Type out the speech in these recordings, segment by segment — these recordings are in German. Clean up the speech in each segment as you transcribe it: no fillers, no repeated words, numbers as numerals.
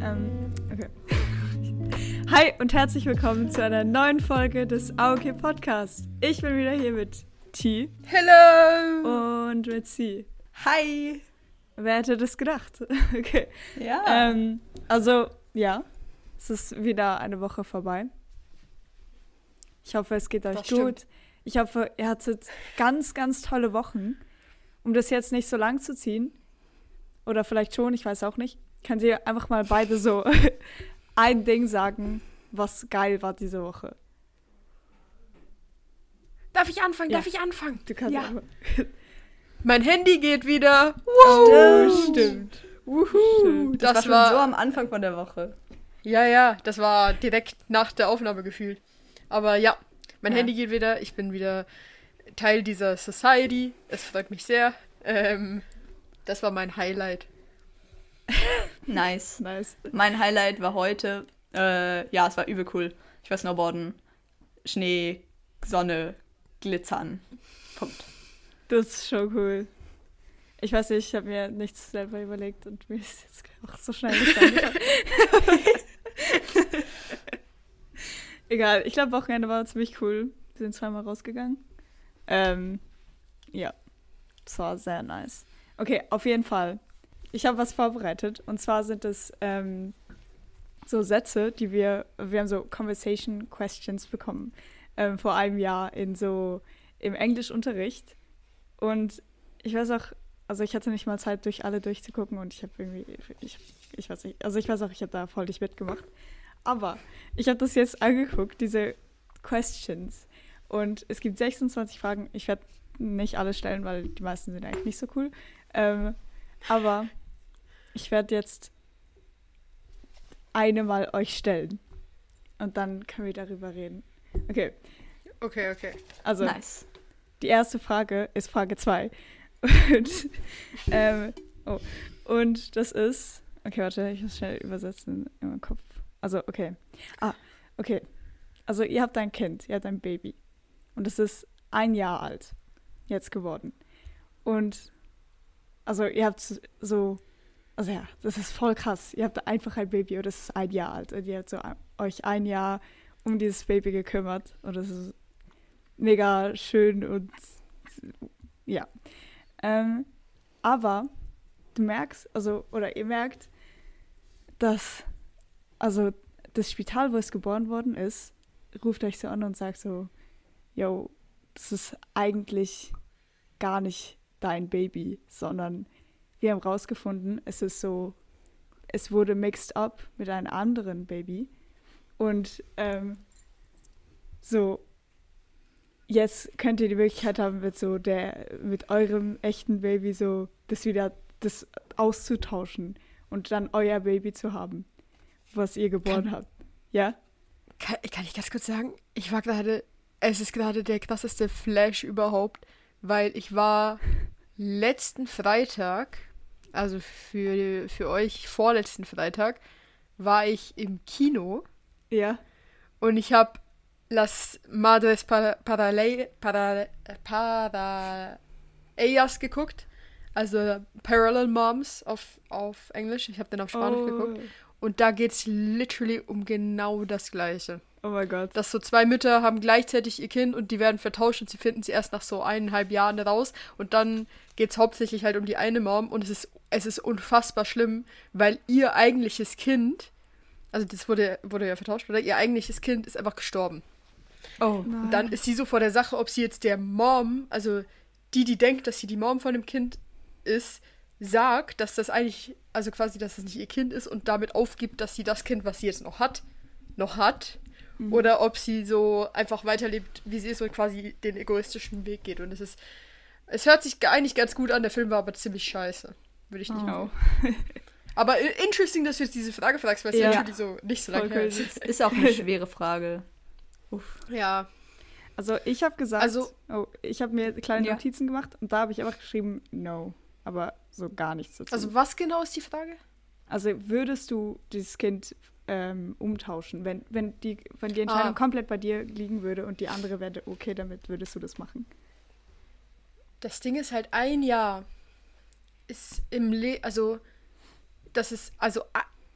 Okay. Hi und herzlich willkommen zu einer neuen Folge des AOK Podcast. Ich bin wieder hier mit T. Hello! Und mit C. Hi! Wer hätte das gedacht? Okay. Ja. Es ist wieder eine Woche vorbei. Ich hoffe, es geht euch Das gut. stimmt. Ich hoffe, ihr hattet ganz, ganz tolle Wochen. Um das jetzt nicht so lang zu ziehen, oder vielleicht schon, ich weiß auch nicht, könnt ihr einfach mal beide so ein Ding sagen, was geil war diese Woche. Darf ich anfangen? Ja. Du kannst Ja. einfach. Mein Handy geht wieder. Stimmt. Wuhu! Das war schon so am Anfang von der Woche. Ja, das war direkt nach der Aufnahme gefühlt. Aber ja, mein Ja. Handy geht wieder. Ich bin wieder Teil dieser Society. Es freut mich sehr. Das war mein Highlight. Nice. Nice. Mein Highlight war heute, es war übel cool. Ich war Snowboarden, Schnee, Sonne, Glitzern. Punkt. Das ist schon cool. Ich weiß nicht, ich habe mir nichts selber überlegt und mir ist jetzt auch so schnell nichts eingefallen. Egal, ich glaube, Wochenende war ziemlich cool. Wir sind zweimal rausgegangen. Ja, es war sehr nice. Okay, auf jeden Fall. Ich habe was vorbereitet. Und zwar sind es so Sätze, die wir haben so Conversation Questions bekommen vor einem Jahr im Englischunterricht. Und ich weiß auch, also ich hatte nicht mal Zeit, durch alle durchzugucken und ich habe irgendwie, ich weiß nicht, also ich weiß auch, ich habe da voll nicht mitgemacht. Aber ich habe das jetzt angeguckt, diese Questions. Und es gibt 26 Fragen. Ich werde nicht alle stellen, weil die meisten sind eigentlich nicht so cool. Aber ich werde jetzt eine mal euch stellen. Und dann können wir darüber reden. Okay, Okay. also Nice. die erste Frage ist Frage 2. Und das ist... Okay, warte, ich muss schnell übersetzen in meinem Kopf. Also, okay. Okay. Also, ihr habt ein Kind, ihr habt ein Baby. Und es ist 1 Jahr alt. Jetzt geworden. Und, also, ihr habt so... Also, ja, das ist voll krass. Ihr habt einfach ein Baby und es ist 1 Jahr alt. Und ihr habt so euch 1 Jahr um dieses Baby gekümmert. Und das ist mega schön und... Ja. Aber du merkst, ihr merkt, dass, also das Spital, wo es geboren worden ist, ruft euch so an und sagt so, yo, das ist eigentlich gar nicht dein Baby, sondern wir haben rausgefunden, es wurde mixed up mit einem anderen Baby und jetzt könnt ihr die Möglichkeit haben, mit eurem echten Baby so das auszutauschen und dann euer Baby zu haben, was ihr geboren habt. Ja? Kann ich ganz kurz sagen, es ist gerade der krasseste Flash überhaupt, weil ich war letzten Freitag, also für euch vorletzten Freitag, war ich im Kino Ja. und ich habe Las Madres Paralelas geguckt, also Parallel Moms auf Englisch, ich habe den auf Spanisch geguckt und da geht's literally um genau das Gleiche. Oh mein Gott. Dass so 2 Mütter haben gleichzeitig ihr Kind und die werden vertauscht und sie finden sie erst nach so 1,5 Jahren raus und dann geht's hauptsächlich halt um die eine Mom und es ist unfassbar schlimm, weil ihr eigentliches Kind, also das wurde ja vertauscht, oder? Ihr eigentliches Kind ist einfach gestorben. Oh. Und dann ist sie so vor der Sache, ob sie jetzt der Mom, also die denkt, dass sie die Mom von dem Kind ist, sagt, dass das eigentlich, also quasi, dass das nicht ihr Kind ist und damit aufgibt, dass sie das Kind, was sie jetzt noch hat. Oder ob sie so einfach weiterlebt, wie sie ist und quasi den egoistischen Weg geht. Und es hört sich eigentlich ganz gut an, der Film war aber ziemlich scheiße. Würde ich nicht machen. Aber interesting, dass du jetzt diese Frage fragst, weil es Ja. natürlich so nicht so lange Voll her cool. ist. Ist auch eine schwere Frage. Uff. Ja. Also ich habe gesagt, Also- ich habe mir kleine Ja. Notizen gemacht und da habe ich einfach geschrieben, no, aber so gar nichts dazu. Also was genau ist die Frage? Also würdest du dieses Kind umtauschen, wenn die Entscheidung komplett bei dir liegen würde und die andere wäre okay damit, würdest du das machen? Das Ding ist halt, 1 Jahr ist im Leben, also das ist, also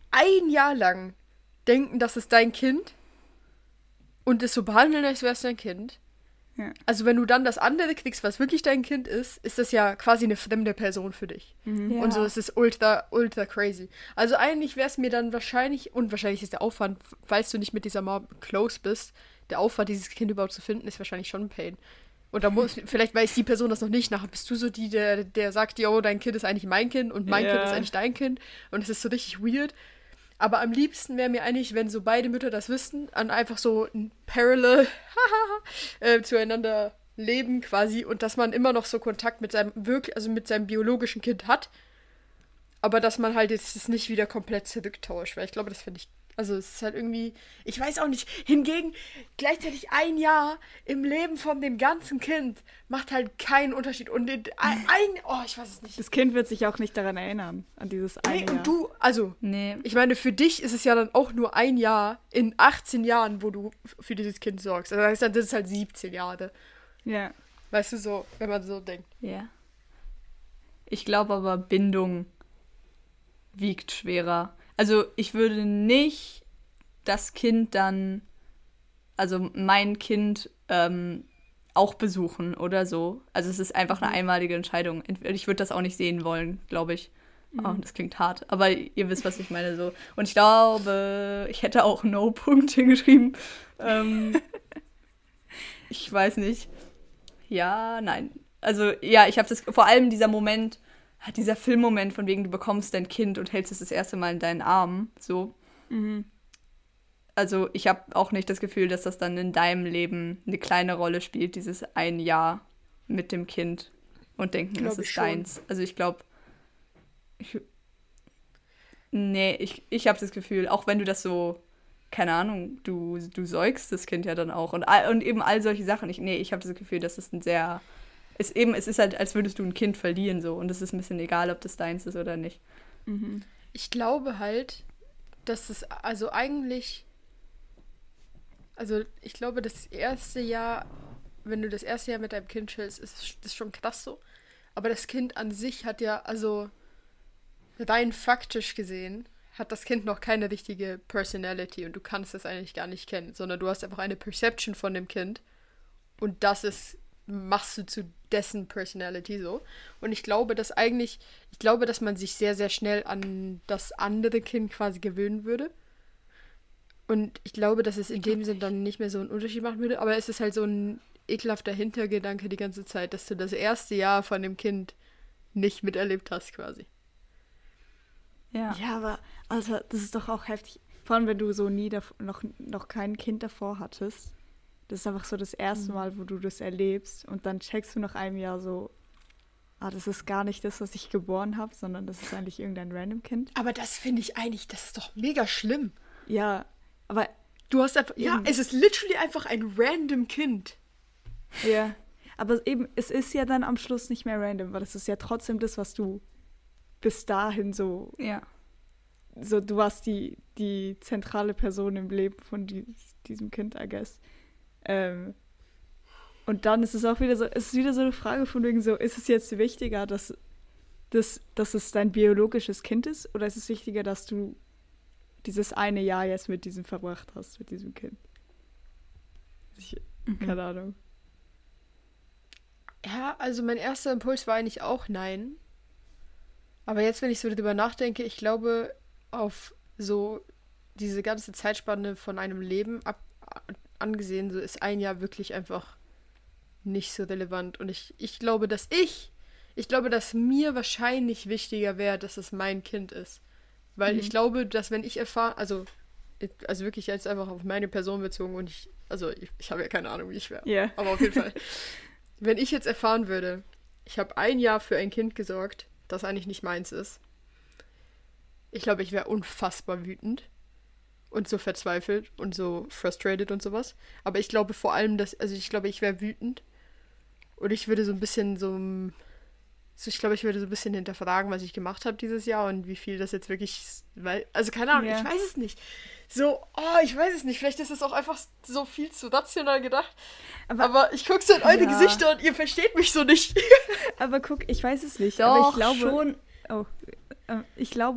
ein Jahr lang denken, das ist dein Kind und es so behandeln, als wäre es dein Kind. Ja. Also wenn du dann das andere kriegst, was wirklich dein Kind ist das ja quasi eine fremde Person für dich. Ja. Und so ist es ultra, ultra crazy. Also eigentlich wäre es mir dann wahrscheinlich ist der Aufwand, falls du nicht mit dieser Mom close bist, der Aufwand, dieses Kind überhaupt zu finden, ist wahrscheinlich schon ein Pain. Und da vielleicht weiß die Person das noch nicht, nachher bist du so die, der sagt, yo, dein Kind ist eigentlich mein Kind und mein Kind ist eigentlich dein Kind. Und es ist so richtig weird. Aber am liebsten wäre mir eigentlich, wenn so beide Mütter das wüssten, an einfach so ein Parallel zueinander leben quasi und dass man immer noch so Kontakt mit seinem mit seinem biologischen Kind hat, aber dass man halt jetzt das nicht wieder komplett zurücktauscht, weil ich glaube, das finde ich, also es ist halt irgendwie, ich weiß auch nicht, hingegen gleichzeitig ein Jahr im Leben von dem ganzen Kind macht halt keinen Unterschied und ich weiß es nicht. Das Kind wird sich auch nicht daran erinnern, an dieses eine Jahr. Und du, also, Nee. ich meine, für dich ist es ja dann auch nur ein Jahr in 18 Jahren, wo du für dieses Kind sorgst. Also das ist halt 17 Jahre. Ja. Weißt du, so, wenn man so denkt. Ja. Ich glaube aber, Bindung wiegt schwerer. Also ich würde nicht das Kind dann, also mein Kind auch besuchen oder so. Also es ist einfach eine einmalige Entscheidung. Ich würde das auch nicht sehen wollen, glaube ich. Oh, das klingt hart, aber ihr wisst, was ich meine so. Und ich glaube, ich hätte auch No-Punkt hingeschrieben. Ich weiß nicht. Ja, nein. Also ja, ich habe das, vor allem dieser Moment, dieser Filmmoment, von wegen du bekommst dein Kind und hältst es das erste Mal in deinen Armen, so. Also ich habe auch nicht das Gefühl, dass das dann in deinem Leben eine kleine Rolle spielt, dieses ein Jahr mit dem Kind und denken, es ist deins. Also ich glaube, ich habe das Gefühl, auch wenn du das so, keine Ahnung, du säugst das Kind ja dann auch und eben all solche Sachen. Ich habe das Gefühl, dass es es ist halt, als würdest du ein Kind verlieren so und es ist ein bisschen egal, ob das deins ist oder nicht. Ich glaube halt, dass es, also eigentlich, also ich glaube, das erste Jahr, wenn du das erste Jahr mit deinem Kind chillst, ist das schon krass so. Aber das Kind an sich hat ja, also rein faktisch gesehen, hat das Kind noch keine richtige Personality und du kannst das eigentlich gar nicht kennen, sondern du hast einfach eine Perception von dem Kind und machst du zu dessen Personality so. Und ich glaube, dass man sich sehr, sehr schnell an das andere Kind quasi gewöhnen würde. Und ich glaube, dass es in dem Sinn dann nicht mehr so einen Unterschied machen würde, aber es ist halt so ein ekelhafter Hintergedanke die ganze Zeit, dass du das erste Jahr von dem Kind nicht miterlebt hast quasi. Ja. Ja, aber also das ist doch auch heftig. Vor allem, wenn du so nie noch kein Kind davor hattest. Das ist einfach so das erste Mal, wo du das erlebst. Und dann checkst du nach einem Jahr so, das ist gar nicht das, was ich geboren habe, sondern das ist eigentlich irgendein random Kind. Aber das finde ich eigentlich, das ist doch mega schlimm. Ja, aber du hast einfach, es ist literally einfach ein random Kind. Ja, aber eben, es ist ja dann am Schluss nicht mehr random, weil es ist ja trotzdem das, was du bis dahin so, du warst die zentrale Person im Leben von diesem Kind, I guess. Und dann ist es auch wieder so, es ist wieder so eine Frage von wegen so, ist es jetzt wichtiger, dass es dein biologisches Kind ist, oder ist es wichtiger, dass du dieses eine Jahr jetzt mit diesem verbracht hast, mit diesem Kind? Keine Ahnung. Ja, also mein erster Impuls war eigentlich auch nein. Aber jetzt, wenn ich so darüber nachdenke, ich glaube, auf so diese ganze Zeitspanne von einem Leben angesehen, so ist ein Jahr wirklich einfach nicht so relevant. Und ich glaube, dass mir wahrscheinlich wichtiger wäre, dass es mein Kind ist. Weil ich glaube, dass wenn ich erfahre, also wirklich jetzt einfach auf meine Person bezogen und ich habe ja keine Ahnung, wie ich wäre. Yeah. Aber auf jeden Fall. Wenn ich jetzt erfahren würde, ich habe ein Jahr für ein Kind gesorgt, das eigentlich nicht meins ist, ich glaube, ich wäre unfassbar wütend und so verzweifelt und so frustrated und sowas. Aber ich glaube vor allem, ich wäre wütend und ich würde so ein bisschen ich glaube, ich würde so ein bisschen hinterfragen, was ich gemacht habe dieses Jahr und wie viel das jetzt wirklich, also keine Ahnung, Ich weiß es nicht. Ich weiß es nicht. Vielleicht ist es auch einfach so viel zu rational gedacht. Aber ich gucke so in eure Gesichter und ihr versteht mich so nicht. Aber guck, ich weiß es nicht. Doch, aber ich glaube schon. Ich glaube,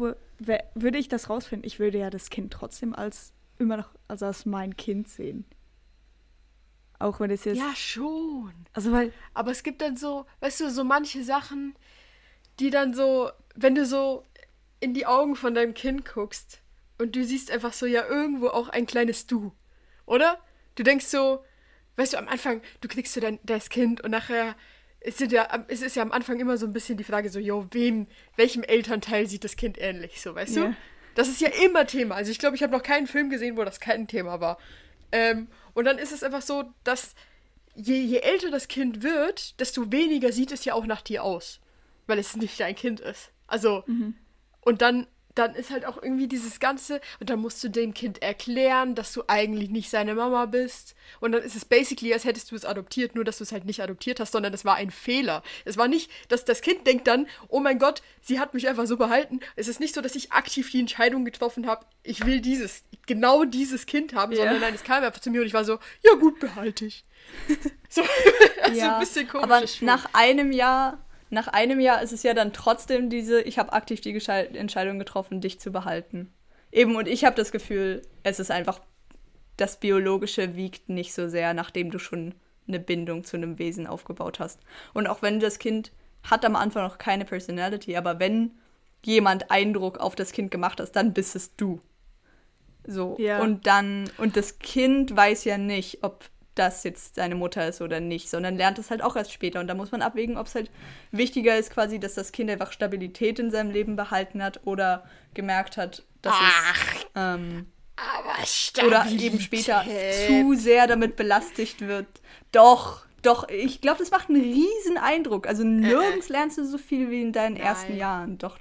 würde ich das rausfinden, ich würde ja das Kind trotzdem immer noch als mein Kind sehen. Auch wenn es jetzt... Ja, schon. Also weil... Aber es gibt dann so, weißt du, so manche Sachen, die dann so, wenn du so in die Augen von deinem Kind guckst und du siehst einfach so ja irgendwo auch ein kleines Du, oder? Du denkst so, weißt du, am Anfang, du kriegst so das Kind und nachher es ist ja am Anfang immer so ein bisschen die Frage so, welchem Elternteil sieht das Kind ähnlich, so, weißt du? Das ist ja immer Thema. Also ich glaube, ich habe noch keinen Film gesehen, wo das kein Thema war. Und dann ist es einfach so, dass je älter das Kind wird, desto weniger sieht es ja auch nach dir aus. Weil es nicht dein Kind ist. Also, und dann ist halt auch irgendwie dieses Ganze, und dann musst du dem Kind erklären, dass du eigentlich nicht seine Mama bist. Und dann ist es basically, als hättest du es adoptiert, nur dass du es halt nicht adoptiert hast, sondern es war ein Fehler. Es war nicht, dass das Kind denkt dann, oh mein Gott, sie hat mich einfach so behalten. Es ist nicht so, dass ich aktiv die Entscheidung getroffen habe, ich will genau dieses Kind haben, sondern nein, es kam einfach zu mir und ich war so, ja gut, behalte ich. So, also ein bisschen komisch. Aber nach einem Jahr ist es ja dann trotzdem ich habe aktiv die Entscheidung getroffen, dich zu behalten. Eben, und ich habe das Gefühl, es ist einfach, das Biologische wiegt nicht so sehr, nachdem du schon eine Bindung zu einem Wesen aufgebaut hast. Und auch wenn das Kind hat am Anfang noch keine Personality, aber wenn jemand Eindruck auf das Kind gemacht hat, dann bist es du. So. Ja. Und das Kind weiß ja nicht, ob das jetzt seine Mutter ist oder nicht, sondern lernt es halt auch erst später. Und da muss man abwägen, ob es halt wichtiger ist quasi, dass das Kind einfach Stabilität in seinem Leben behalten hat oder gemerkt hat, dass oder eben später zu sehr damit belastet wird. Doch, ich glaube, das macht einen riesen Eindruck. Also nirgends lernst du so viel wie in deinen ersten Jahren. Doch.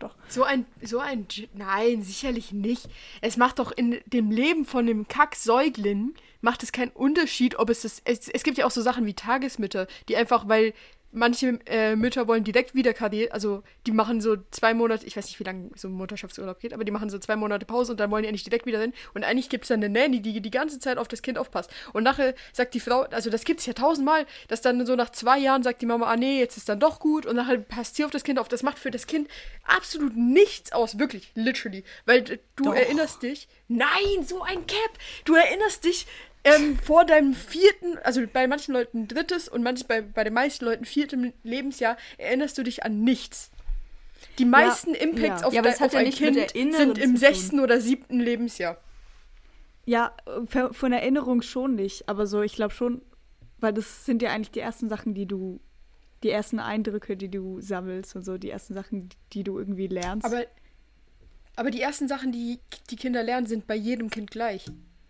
Nein, sicherlich nicht. Es macht doch in dem Leben von dem Kack-Säugling macht es keinen Unterschied, ob es gibt ja auch so Sachen wie Tagesmütter, die einfach, weil manche Mütter wollen direkt wieder also die machen so 2 Monate, ich weiß nicht, wie lange so ein Mutterschaftsurlaub geht, aber die machen so 2 Monate Pause und dann wollen die eigentlich direkt wieder hin. Und eigentlich gibt es dann eine Nanny, die ganze Zeit auf das Kind aufpasst. Und nachher sagt die Frau, also das gibt es ja 1000-mal, dass dann so nach 2 Jahren sagt die Mama, nee, jetzt ist dann doch gut. Und nachher passt sie auf das Kind auf. Das macht für das Kind absolut nichts aus, wirklich, literally. Weil du erinnerst dich, nein, so ein Cap, du erinnerst dich, vor deinem 4., also bei manchen Leuten 3. und bei den meisten Leuten 4. Lebensjahr erinnerst du dich an nichts. Die meisten Impacts auf ein Kind sind im 6. oder 7. Lebensjahr. Ja, von Erinnerung schon nicht, aber so, ich glaube schon, weil das sind ja eigentlich die ersten Sachen, die ersten Eindrücke, die du sammelst und so, die ersten Sachen, die du irgendwie lernst. Aber die ersten Sachen, die Kinder lernen, sind bei jedem Kind gleich.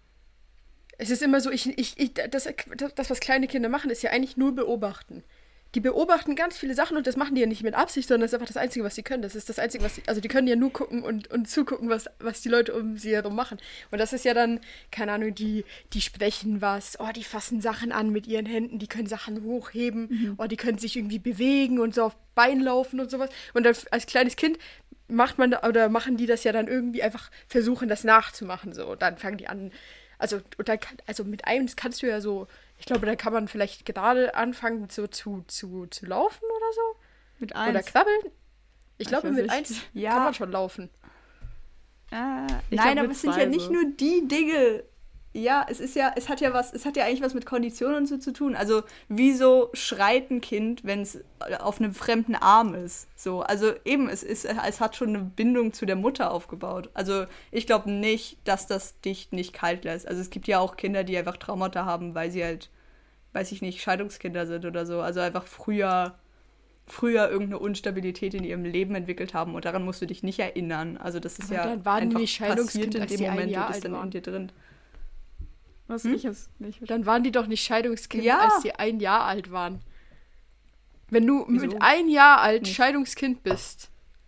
Es ist immer so, das, was kleine Kinder machen, ist ja eigentlich nur beobachten. Die beobachten ganz viele Sachen und das machen die ja nicht mit Absicht, sondern das ist einfach das Einzige, was sie können. Das ist das Einzige, also die können ja nur gucken und zugucken, was die Leute um sie herum machen. Und das ist ja dann, keine Ahnung, die sprechen was, die fassen Sachen an mit ihren Händen, die können Sachen hochheben, die können sich irgendwie bewegen und so auf Bein laufen und sowas. Und dann als kleines Kind machen die das ja dann irgendwie einfach versuchen, das nachzumachen. So. Und dann fangen die an. Also mit einem kannst du ja so, ich glaube, da kann man vielleicht gerade anfangen so zu laufen oder so. Mit 1? Oder krabbeln. Ich glaube, mit 1 kann man schon laufen. Nein, aber es sind ja nicht nur die Dinge. Ja, es hat ja eigentlich was mit Konditionen und so zu tun. Also, wieso schreit ein Kind, wenn es auf einem fremden Arm ist? So, also eben, es hat schon eine Bindung zu der Mutter aufgebaut. Also, ich glaube nicht, dass das dich nicht kalt lässt. Also, es gibt ja auch Kinder, die einfach Traumata haben, weil sie halt, weiß ich nicht, Scheidungskinder sind oder so. Also einfach früher irgendeine Unstabilität in ihrem Leben entwickelt haben und daran musst du dich nicht erinnern. Also, das ist ja dann waren einfach die Scheidungskind, passiert in dem Moment, du bist dann in dir drin. Was? Ich hab's nicht verstanden. Dann waren die doch nicht Scheidungskind, als die 1 Jahr alt waren. Wenn du mit 1 Jahr alt Scheidungskind bist,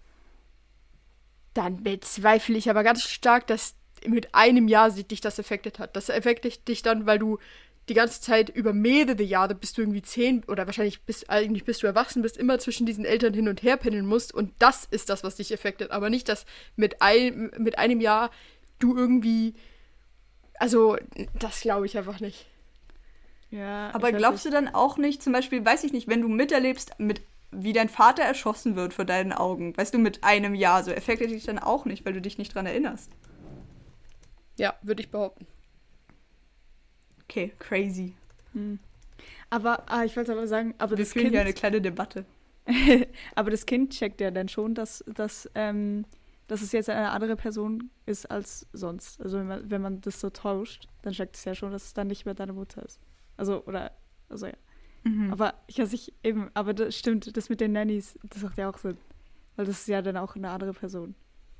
dann bezweifle ich aber ganz stark, dass mit 1 Jahr dich das affected hat. Das affectet dich dann, weil du die ganze Zeit über mehrere Jahre, bis du irgendwie 10 oder wahrscheinlich bis du erwachsen bist, immer zwischen diesen Eltern hin und her pendeln musst. Und das ist das, was dich affected. Aber nicht, dass mit einem Jahr du irgendwie. Also, das glaube ich einfach nicht. Ja. Aber glaubst du dann auch nicht, zum Beispiel, weiß ich nicht, wenn du miterlebst, wie dein Vater erschossen wird vor deinen Augen, weißt du, mit einem Jahr, so affectet dich dann auch nicht, weil du dich nicht dran erinnerst. Ja, würde ich behaupten. Okay, crazy. Aber, ich wollte aber sagen, aber Wir das führen Kind, hier eine kleine Debatte. aber das Kind checkt ja dann schon, dass es jetzt eine andere Person ist als sonst. Also wenn man das so tauscht, dann checkt es ja schon, dass es dann nicht mehr deine Mutter ist. Also ja. Aber ich weiß nicht, eben, aber das stimmt, das mit den Nannies, das macht ja auch Sinn. Weil das ist ja dann auch eine andere Person.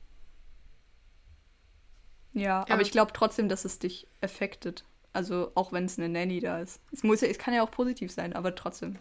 Ja, Ja. aber ich glaube trotzdem, dass es dich affectet. Also auch wenn es eine Nanny da ist. Es kann ja auch positiv sein, aber trotzdem.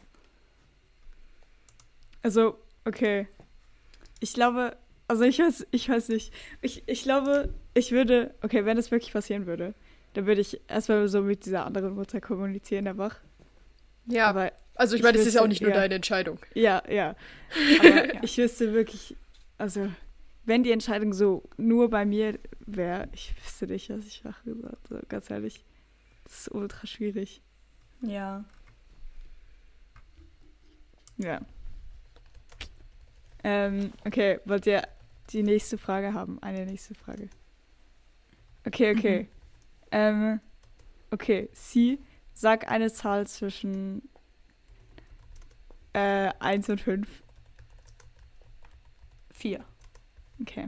Also, okay. Ich glaube, also ich weiß nicht. Ich glaube, ich würde, okay, wenn es wirklich passieren würde, dann würde ich erstmal so mit dieser anderen Mutter kommunizieren, einfach. Ja, Aber also ich meine, das ist ja auch wüsste- nicht nur ja. deine Entscheidung. Ja. Aber ich wüsste wirklich, also, wenn die Entscheidung so nur bei mir wäre, ich wüsste nicht, was ich mache, so, ganz ehrlich. Das ist ultra schwierig. Ja. Ja. Okay, wollt ihr die nächste Frage haben? Eine nächste Frage. Okay. Okay, sag eine Zahl zwischen 1 und 5. 4. Okay.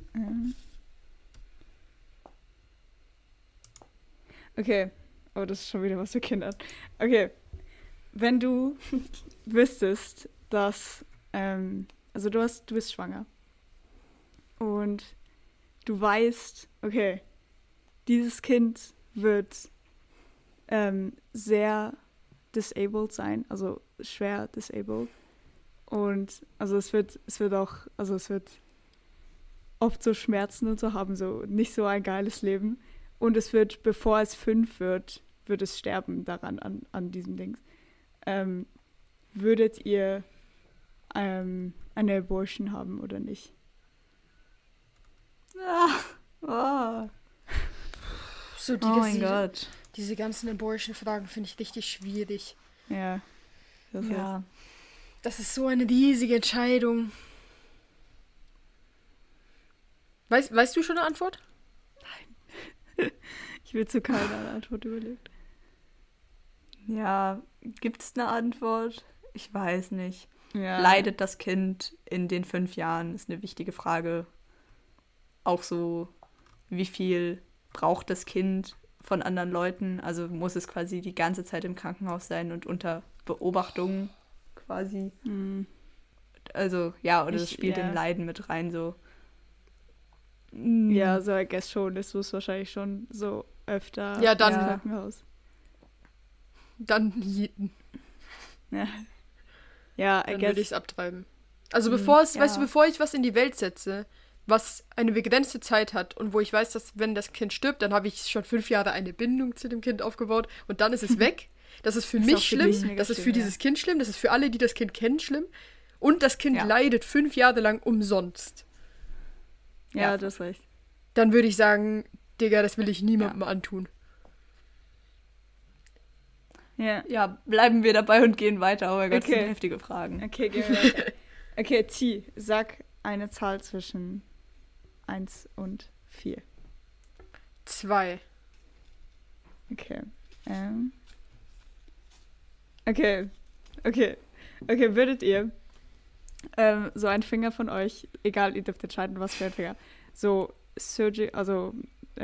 Okay. Oh, das ist schon wieder was für Kinder. Okay. Wenn du wüsstest, dass, also du bist schwanger und du weißt, okay, dieses Kind wird sehr disabled sein, also schwer disabled. Und also es wird oft so Schmerzen und so haben, so nicht so ein geiles Leben. Und es wird, bevor es 5 wird es sterben daran, an diesem Ding. Würdet ihr eine Abortion haben oder nicht? Oh So, mein Gott. diese ganzen Abortion-Fragen finde ich richtig schwierig. Ja. Das Ja. Das ist so eine riesige Entscheidung. Weißt du schon eine Antwort? Ich will zu keiner Antwort überlegt. Ja, gibt's eine Antwort? Ich weiß nicht. Ja. Leidet das Kind in den 5 Jahren? Ist eine wichtige Frage. Auch so, wie viel braucht das Kind von anderen Leuten? Also muss es quasi die ganze Zeit im Krankenhaus sein und unter Beobachtung quasi? Mhm. Also, ja, oder es spielt ja. in Leiden mit rein, so. Ja, so I guess schon. Das muss wahrscheinlich schon so öfter Ja, dann- ins Krankenhaus. Dann jeden. Ja. Ja, I Dann guess. würde ich es abtreiben. Also bevor ja. bevor ich was in die Welt setze, was eine begrenzte Zeit hat und wo ich weiß, dass wenn das Kind stirbt, dann habe ich schon 5 Jahre eine Bindung zu dem Kind aufgebaut und dann ist es weg. Das ist für Ist mich auch für schlimm, dich mega das ist für schlimm, dieses Kind schlimm, das ist für alle, die das Kind kennen, schlimm. Und das Kind Ja. leidet 5 Jahre lang umsonst. Ja, du hast recht. Dann würde ich sagen, Digga, das will ich niemandem antun. Ja. Ja, bleiben wir dabei und gehen weiter. Oh mein Gott, das Okay. sind heftige Fragen. Okay, gehen wir weiter. Okay, T, sag eine Zahl zwischen 1 und 4. 2. Okay. Okay, würdet ihr so einen Finger von euch, egal, ihr dürft entscheiden, was für ein Finger, so also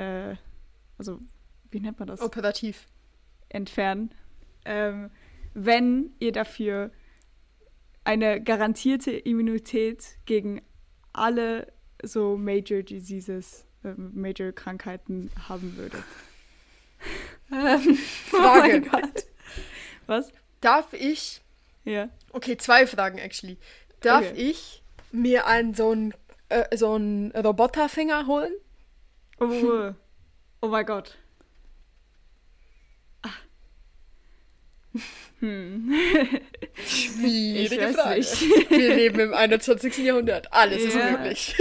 wie nennt man das? Operativ. Entfernen, wenn ihr dafür eine garantierte Immunität gegen alle so Major Diseases, Major Krankheiten haben würdet. Frage. Oh mein Gott. Was? Darf ich... Ja. Okay, 2 Fragen, actually. Darf Okay. ich mir so einen Roboterfinger holen? Oh, oh mein Gott. Schwierige Ich weiß Frage. nicht. Wir leben im 21. Jahrhundert. Alles ist Ja. möglich.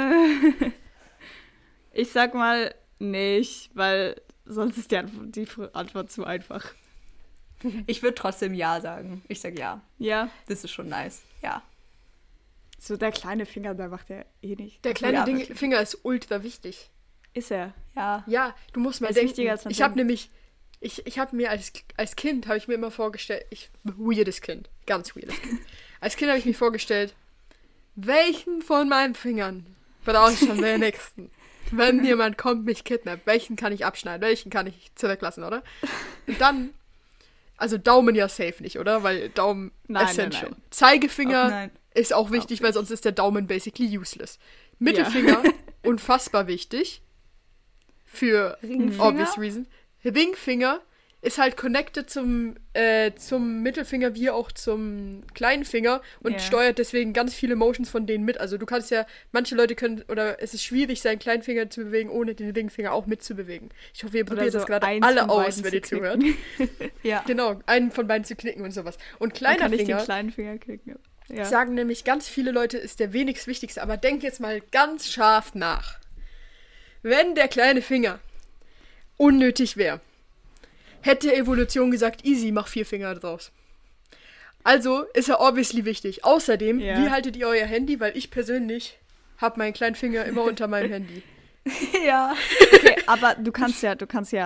Ich sag mal nicht, weil sonst ist die Antwort zu einfach. Ich würde trotzdem ja sagen. Ich sag ja. Ja. Das ist schon nice. Ja. So der kleine Finger, da macht er eh nicht. Der kleine Ja, wirklich. Finger ist ultra wichtig. Ist er. Ja. Ja, du musst mal Ist denken. wichtiger, als man Ich habe denkt. nämlich, ich habe mir als Kind, habe ich mir immer vorgestellt, weirdes Kind, ganz weirdes Kind. Als Kind habe ich mir vorgestellt, welchen von meinen Fingern brauche ich am wenigsten? Wenn jemand kommt, mich kidnappt, welchen kann ich abschneiden, welchen kann ich zurücklassen, oder? Und dann, also Daumen ja safe nicht, oder? Weil Daumen Nein, essential. nein. Zeigefinger Nein. ist auch wichtig, weil sonst ist der Daumen basically useless. Mittelfinger, unfassbar wichtig. Für Ringfinger? obvious reason. Ringfinger ist halt connected zum Mittelfinger wie auch zum kleinen Finger und Ja. steuert deswegen ganz viele Motions von denen mit. Also du kannst ja, manche Leute können, oder es ist schwierig, seinen kleinen Finger zu bewegen, ohne den Ringfinger auch mitzubewegen. Ich hoffe, ihr Oder probiert so das gerade eins alle von aus, beiden wenn zu ihr zuhört. knicken. Ja. Genau, einen von beiden zu knicken und sowas. Und Dann kleiner kann ich Finger, den kleinen Finger knicken. Ja. sagen nämlich ganz viele Leute, ist der wenigst wichtigste. Aber denkt jetzt mal ganz scharf nach. Wenn der kleine Finger unnötig wäre, hätte Evolution gesagt, easy, mach 4 Finger draus. Also ist er obviously wichtig. Außerdem, Ja. wie haltet ihr euer Handy? Weil ich persönlich habe meinen kleinen Finger immer unter meinem Handy. Ja. Okay, aber du kannst ja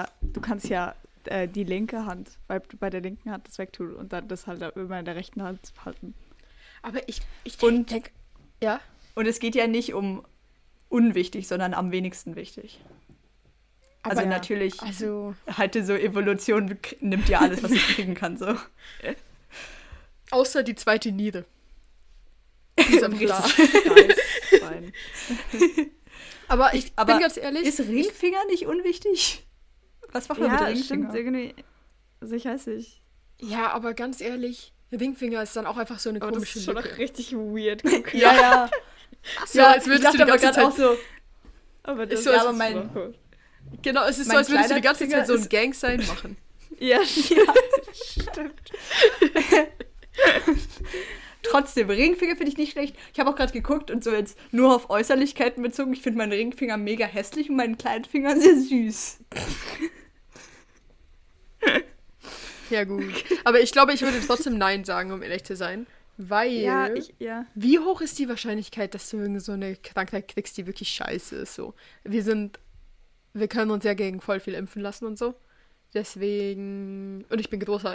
die linke Hand, bei der linken Hand das wegtun und dann das halt immer in der rechten Hand halten. Aber ich Und- denke, ja. Und es geht ja nicht um unwichtig, sondern am wenigsten wichtig. Aber Also ja, natürlich, Also, halt so Evolution nimmt ja alles, was ich kriegen kann, so. außer die zweite Niere. Die ist am klar. Fein. Aber ich Aber bin ganz ehrlich, Ist Ringfinger nicht unwichtig? Was machen wir mit Ja, Ringfinger? stimmt, irgendwie. Also ich weiß nicht. ja, aber ganz ehrlich, Ringfinger ist dann auch einfach so eine Aber das komische ist schon Lücke. noch richtig weird. Ja, ja. So, als würdest ich du dachte die aber ganze gerade Zeit auch so, Aber Ist das so, als- aber mein- Genau, es ist so, Mein als würdest du die kleiner ganze Finger Zeit so ein ist- Gang-Sign machen. Ja, stimmt. trotzdem, Ringfinger finde ich nicht schlecht. Ich habe auch gerade geguckt und so jetzt nur auf Äußerlichkeiten bezogen. Ich finde meinen Ringfinger mega hässlich und meinen kleinen Finger sehr süß. Ja, gut. Aber ich glaube, ich würde trotzdem Nein sagen, um ehrlich zu sein. Weil, Ja. wie hoch ist die Wahrscheinlichkeit, dass du irgend so eine Krankheit kriegst, die wirklich scheiße ist? So, wir können uns ja gegen voll viel impfen lassen und so. Deswegen, und ich bin großer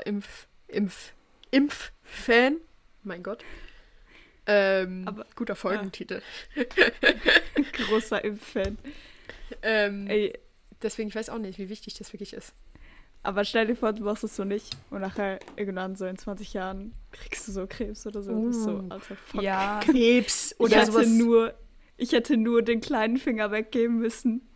Impf-Fan. Mein Gott. Aber- Guter Folgentitel. Großer Impf-Fan. Ey, Deswegen, ich weiß auch nicht, wie wichtig das wirklich ist. aber stell dir vor, du machst es so nicht und nachher irgendwann so in 20 Jahren kriegst du so Krebs oder so. Das ist so, Alter, fuck. Ja. Krebs Ich oder hätte sowas. ich hätte nur den kleinen Finger weggeben müssen.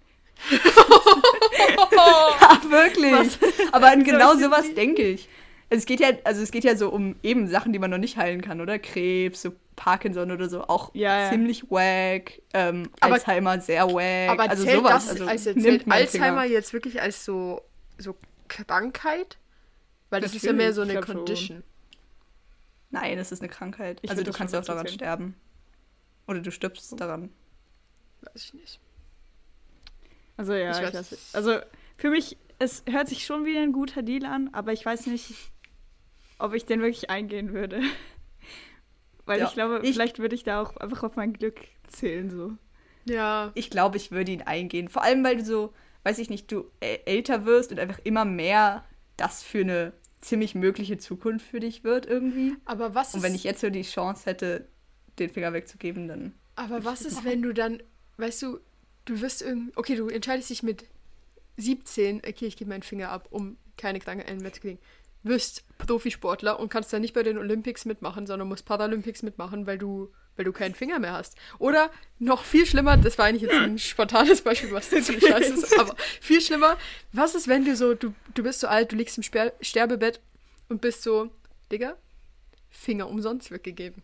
Ja, wirklich. Aber an genau Solche sowas Dinge. denke ich. Es geht ja so um eben Sachen, die man noch nicht heilen kann, oder? Krebs, so Parkinson oder so, auch Ja, ja. ziemlich wack. Aber- Alzheimer sehr wack. Aber also zählt sowas. das, Also zählt nimmt mein Alzheimer Finger. jetzt wirklich als so Krankheit? Weil das ist ja Natürlich, mehr so eine ich glaub schon. Condition. Nein, es ist eine Krankheit. Ich Also würd du das kannst schon ja auch daran dazu zählen. sterben. Oder du stirbst daran. Weiß ich nicht. Also ja, Ich ich weiß. weiß nicht. Also für mich, es hört sich schon wie ein guter Deal an, aber ich weiß nicht, ob ich den wirklich eingehen würde. Weil Ja, ich glaube, ich- vielleicht würde ich da auch einfach auf mein Glück zählen, so. Ja. Ich glaube, ich würde ihn eingehen. Vor allem, weil du so, weiß ich nicht, du älter wirst und einfach immer mehr das für eine ziemlich mögliche Zukunft für dich wird irgendwie. Aber was Und ist, wenn ich jetzt so die Chance hätte, den Finger wegzugeben, dann... aber was ist, wenn du dann, weißt du, du wirst irgendwie, okay, du entscheidest dich mit 17, okay, ich gebe meinen Finger ab, um keine Krankheit mehr zu kriegen. Wirst Profisportler und kannst dann nicht bei den Olympics mitmachen, sondern musst Paralympics mitmachen, weil du keinen Finger mehr hast. Oder noch viel schlimmer, das war eigentlich jetzt ein spontanes Beispiel, was ziemlich scheiße ist, aber viel schlimmer, was ist, wenn du bist so alt, du liegst im Sterbebett und bist so, Digga, Finger umsonst weggegeben.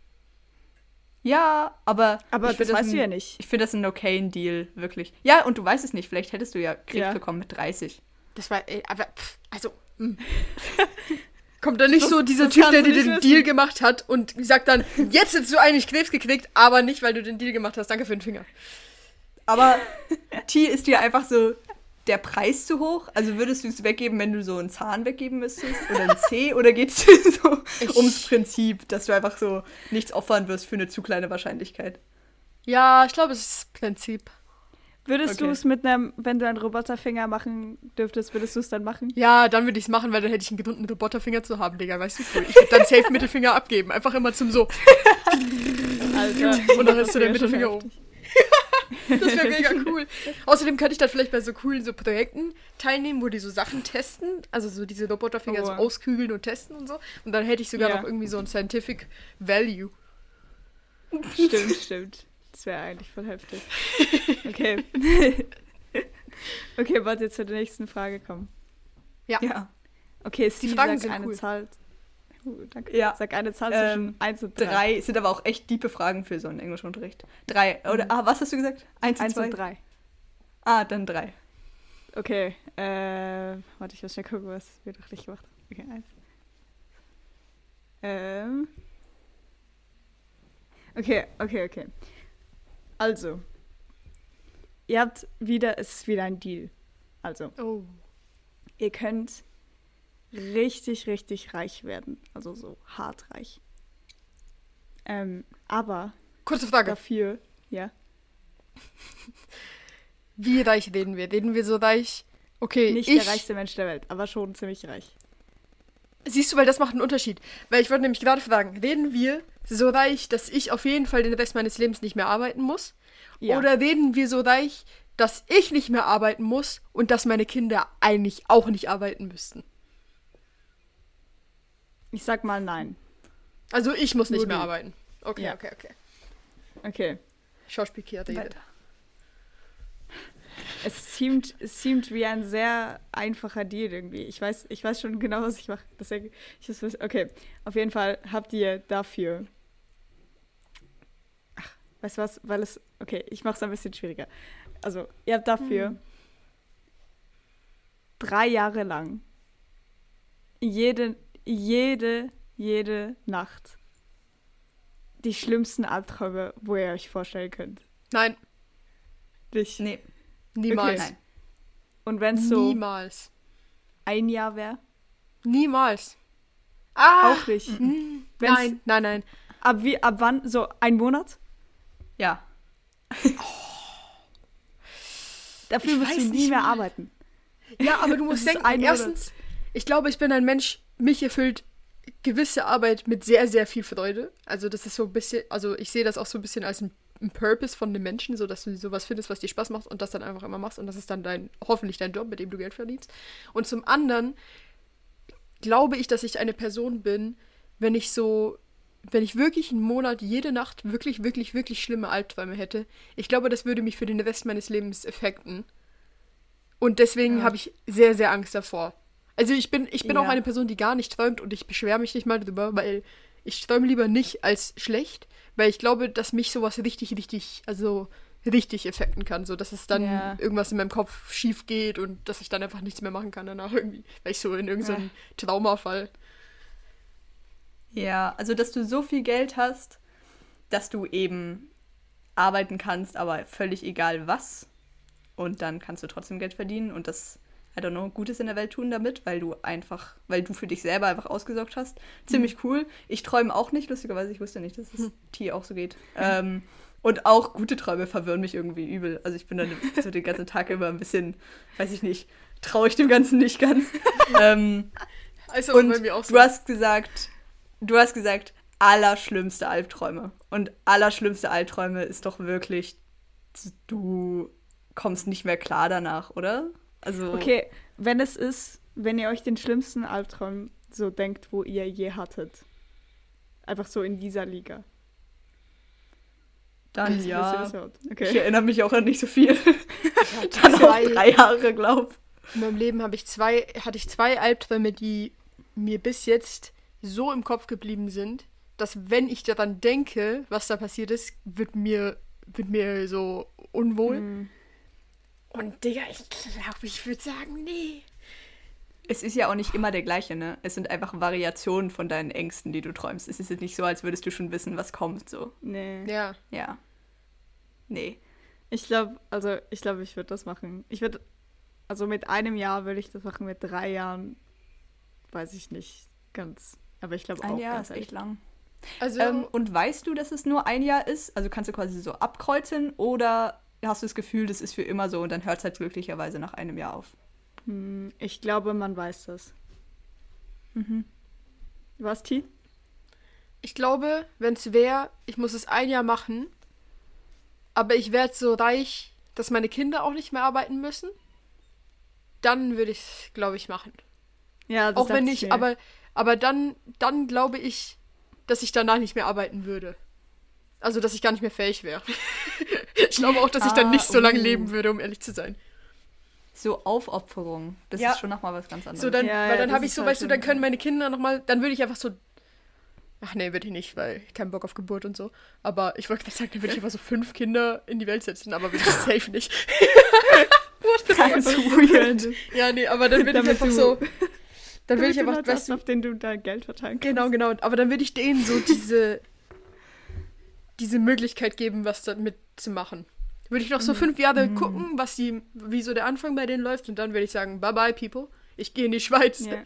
Ja, aber Aber ich das find weißt du ja nicht. Ich finde das einen okayen Deal, wirklich. Ja, und du weißt es nicht. Vielleicht hättest du ja Krebs Ja. bekommen mit 30. Das war, aber, also, Kommt da nicht Das- so dieser das Typ, kannst der du dir nicht den wissen. Deal gemacht hat und sagt dann, jetzt hättest du eigentlich Krebs gekriegt, aber nicht, weil du den Deal gemacht hast. Danke für den Finger. Aber T ist dir einfach so, der Preis zu hoch? Also würdest du es weggeben, wenn du so einen Zahn weggeben müsstest oder ein Zeh? Oder geht es so ums Prinzip, dass du einfach so nichts opfern wirst für eine zu kleine Wahrscheinlichkeit? Ja, ich glaube, es ist Prinzip. Würdest du es mit einem, wenn du einen Roboterfinger machen dürftest, würdest du es dann machen? Ja, dann würde ich es machen, weil dann hätte ich einen gesunden Roboterfinger zu haben, Digga, weißt du? Ich würde dann safe Mittelfinger abgeben. Einfach immer zum so. Alter. Und dann ist so der Mittelfinger oben. Das wäre mega cool. Außerdem könnte ich dann vielleicht bei so coolen so Projekten teilnehmen, wo die so Sachen testen. Also so diese Roboterfinger so auskügeln und testen und so. Und dann hätte ich sogar noch irgendwie so ein Scientific Value. Stimmt. Das wäre eigentlich voll heftig. Okay. Okay, warte, jetzt zur nächsten Frage kommen. Ja. Okay, die Fragen sind eine cool. Zahl. Danke. Ja. Sag eine Zahl zwischen 1 und 3. 3 sind aber auch echt tiefe Fragen für so einen Englischunterricht. 3. Oder, was hast du gesagt? 1 und 3. Ah, dann 3. Okay, warte, ich muss schnell gucken, was wir doch nicht gemacht haben. Okay, Okay. Also, es ist wieder ein Deal. Also, ihr könnt richtig, richtig reich werden. Also so hart reich. Aber Kurze Frage. dafür, ja. Wie reich reden wir? Reden wir so reich? Okay, Nicht der reichste Mensch der Welt, aber schon ziemlich reich. Siehst du, weil das macht einen Unterschied. Weil ich wollte nämlich gerade fragen, reden wir so reich, dass ich auf jeden Fall den Rest meines Lebens nicht mehr arbeiten muss? Ja. Oder reden wir so reich, dass ich nicht mehr arbeiten muss und dass meine Kinder eigentlich auch nicht arbeiten müssten? Ich sag mal nein. Also ich muss nicht Nur mehr du. arbeiten. Okay, Ja. okay. Schauspielkreative. Weil- Es seemt wie ein sehr einfacher Deal irgendwie. Ich weiß schon genau, was ich mache. Deswegen, okay, auf jeden Fall habt ihr dafür. Ach, weißt du was? Okay, ich mache es ein bisschen schwieriger. Also, ihr habt dafür 3 Jahre lang jede Nacht die schlimmsten Albträume, wo ihr euch vorstellen könnt. Nein, Nicht. Nee. niemals. Nein. Und wenn es so Niemals. ein Jahr wäre? Niemals. Ah! Auch nicht. Nein. Ab wann? So ein Monat? Ja. Dafür Ich wirst du weiß nie nicht mehr mal. arbeiten. Ja, aber du Das musst ist denken, ein Monat. erstens, ich glaube, ich bin ein Mensch, mich erfüllt gewisse Arbeit mit sehr, sehr viel Freude. Also das ist so ein bisschen, also ich sehe das auch so ein bisschen als ein Purpose von einem Menschen, so dass du sowas findest, was dir Spaß macht und das dann einfach immer machst und das ist dann hoffentlich dein Job, mit dem du Geld verdienst. Und zum anderen glaube ich, dass ich eine Person bin, wenn ich wirklich einen Monat jede Nacht wirklich, wirklich, wirklich schlimme Albträume hätte, ich glaube, das würde mich für den Rest meines Lebens affekten. Und deswegen habe ich sehr, sehr Angst davor. Also ich bin auch eine Person, die gar nicht träumt und ich beschwere mich nicht mal drüber, weil ich träume lieber nicht als schlecht, weil ich glaube, dass mich sowas richtig, richtig, also richtig affekten kann, so dass es dann irgendwas in meinem Kopf schief geht und dass ich dann einfach nichts mehr machen kann danach irgendwie, weil ich so in irgendeinem Trauma fall. Ja, also dass du so viel Geld hast, dass du eben arbeiten kannst, aber völlig egal was. Und dann kannst du trotzdem Geld verdienen und das, I don't know, Gutes in der Welt tun damit, weil du für dich selber einfach ausgesorgt hast. Ziemlich cool. Ich träume auch nicht, lustigerweise, ich wusste nicht, dass es T auch so geht. Und auch gute Träume verwirren mich irgendwie übel. Also ich bin dann so den ganzen Tag immer ein bisschen, weiß ich nicht, traue ich dem Ganzen nicht ganz. Also und bei mir auch so. du hast gesagt, allerschlimmste Albträume. Und allerschlimmste Albträume ist doch wirklich, du kommst nicht mehr klar danach, oder? Also Okay, wenn ihr euch den schlimmsten Albtraum so denkt, wo ihr je hattet. Einfach so in dieser Liga. dann Wisst ihr, ja. was hört? Ich Okay. erinnere mich auch an nicht so viel. Ich hatte Dann auch 3 Jahre, glaub. In meinem Leben hatte ich zwei Albträume, die mir bis jetzt so im Kopf geblieben sind, dass wenn ich daran denke, was da passiert ist, wird mir so unwohl. Und Digga, ich glaube, ich würde sagen, nee. Es ist ja auch nicht immer der gleiche, ne? Es sind einfach Variationen von deinen Ängsten, die du träumst. Es ist jetzt nicht so, als würdest du schon wissen, was kommt, so. Nee. Ja. Ja. Nee. Ich glaube, ich würde das machen. Also mit einem Jahr würde ich das machen, mit 3 Jahren weiß ich nicht ganz. Aber ich glaube auch Ein Jahr ganz ist echt lang. Also, Und weißt du, dass es nur ein Jahr ist? Also kannst du quasi so abkreuzen oder hast du das Gefühl, das ist für immer so und dann hört es halt glücklicherweise nach einem Jahr auf? Ich glaube, man weiß das. Was, T? ich glaube, wenn es wäre, ich muss es ein Jahr machen, aber ich werde so reich, dass meine Kinder auch nicht mehr arbeiten müssen, dann würde ich es, glaube ich, machen. Ja, das Auch wenn dachte ich, mir. aber dann glaube ich, dass ich danach nicht mehr arbeiten würde. Also, dass ich gar nicht mehr fähig wäre. Ich glaube auch, dass ich dann nicht so lange leben würde, um ehrlich zu sein. So Aufopferung, das Ja. ist schon nochmal was ganz anderes. So, dann, Ja, weil ja, dann das habe ich ist so, halt weißt du, schon- dann können meine Kinder nochmal, dann würde ich einfach so, ach nee, würde ich nicht, weil ich keinen Bock auf Geburt und so. Aber ich wollte gerade sagen, dann würde ich einfach so 5 Kinder in die Welt setzen, aber würde ich safe nicht. Ganz weird. Ja, nee, aber dann würde ich Damit einfach du- so, dann würde Damit ich du einfach, Leute weißt hast, du, auf den du dein Geld verteilen kannst. genau, aber dann würde ich denen so diese Möglichkeit geben, was damit zu machen. Würde ich noch so 5 Jahre gucken, wie so der Anfang bei denen läuft und dann würde ich sagen, bye bye, people. Ich gehe in die Schweiz. Ja.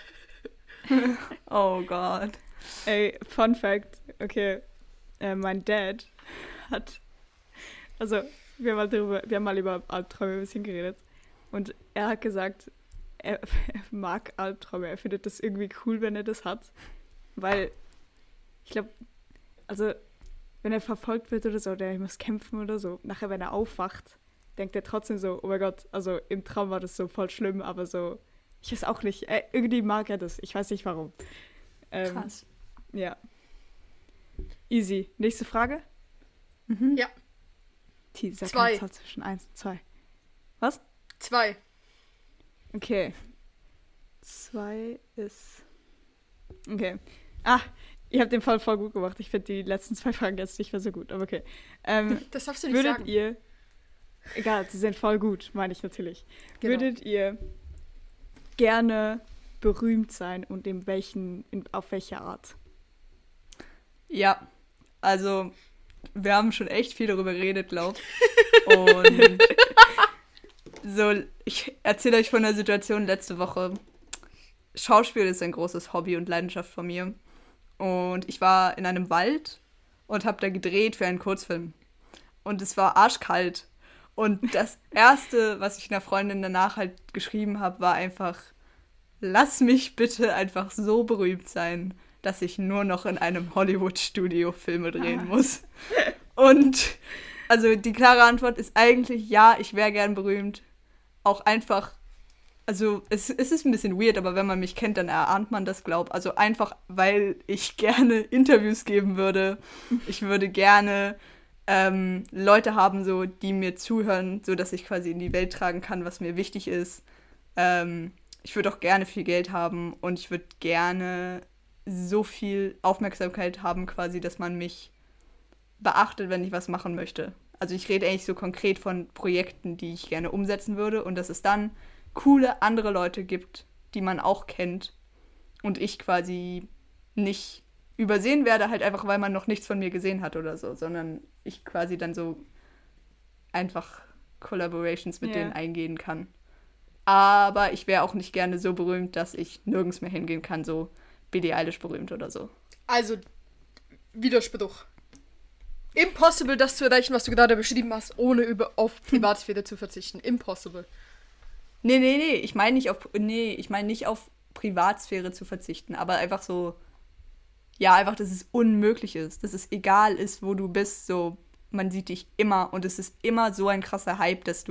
Oh Gott. Ey, Fun Fact. Okay, mein Dad hat, also wir haben mal über Albträume ein bisschen geredet und er hat gesagt, er mag Albträume, er findet das irgendwie cool, wenn er das hat, weil ich glaube, also wenn er verfolgt wird oder so, oder er muss kämpfen oder so, nachher wenn er aufwacht, denkt er trotzdem so, oh mein Gott, also im Traum war das so voll schlimm, aber so, ich weiß auch nicht, irgendwie mag er das, ich weiß nicht warum. Krass. Ja. Easy. Nächste Frage? Ja, T, sag 2. eine Zahl zwischen 1 und 2. Was? 2. Okay. 2 ist... Okay. Ah, ihr habt den Fall voll gut gemacht. Ich finde die letzten 2 Fragen jetzt nicht mehr so gut, aber okay. Das darfst du nicht Würdet sagen. ihr... Egal, sie sind voll gut, meine ich natürlich. Genau. Würdet ihr gerne berühmt sein und auf welche Art? Ja, also wir haben schon echt viel darüber geredet, glaub. Und so, ich erzähle euch von der Situation letzte Woche. Schauspiel ist ein großes Hobby und Leidenschaft von mir. Und ich war in einem Wald und habe da gedreht für einen Kurzfilm. Und es war arschkalt. Und das Erste, was ich einer Freundin danach halt geschrieben habe, war einfach, lass mich bitte einfach so berühmt sein, dass ich nur noch in einem Hollywood-Studio Filme drehen muss. Und also die klare Antwort ist eigentlich, ja, ich wäre gern berühmt. Auch einfach, also es ist ein bisschen weird, aber wenn man mich kennt, dann erahnt man das, glaub. Also einfach, weil ich gerne Interviews geben würde. Ich würde gerne Leute haben, so, die mir zuhören, so dass ich quasi in die Welt tragen kann, was mir wichtig ist. Ich würde auch gerne viel Geld haben und ich würde gerne so viel Aufmerksamkeit haben, quasi, dass man mich beachtet, wenn ich was machen möchte. Also ich rede eigentlich so konkret von Projekten, die ich gerne umsetzen würde und dass es dann coole andere Leute gibt, die man auch kennt und ich quasi nicht übersehen werde, halt einfach, weil man noch nichts von mir gesehen hat oder so, sondern ich quasi dann so einfach Collaborations mit denen eingehen kann. Aber ich wäre auch nicht gerne so berühmt, dass ich nirgends mehr hingehen kann, so Billie Eilish berühmt oder so. Also, Widerspruch. Impossible, das zu erreichen, was du gerade beschrieben hast, ohne auf Privatsphäre zu verzichten. Impossible. Nee, ich meine nicht auf Privatsphäre zu verzichten, aber einfach so, ja, einfach, dass es unmöglich ist, dass es egal ist, wo du bist, so, man sieht dich immer und es ist immer so ein krasser Hype, dass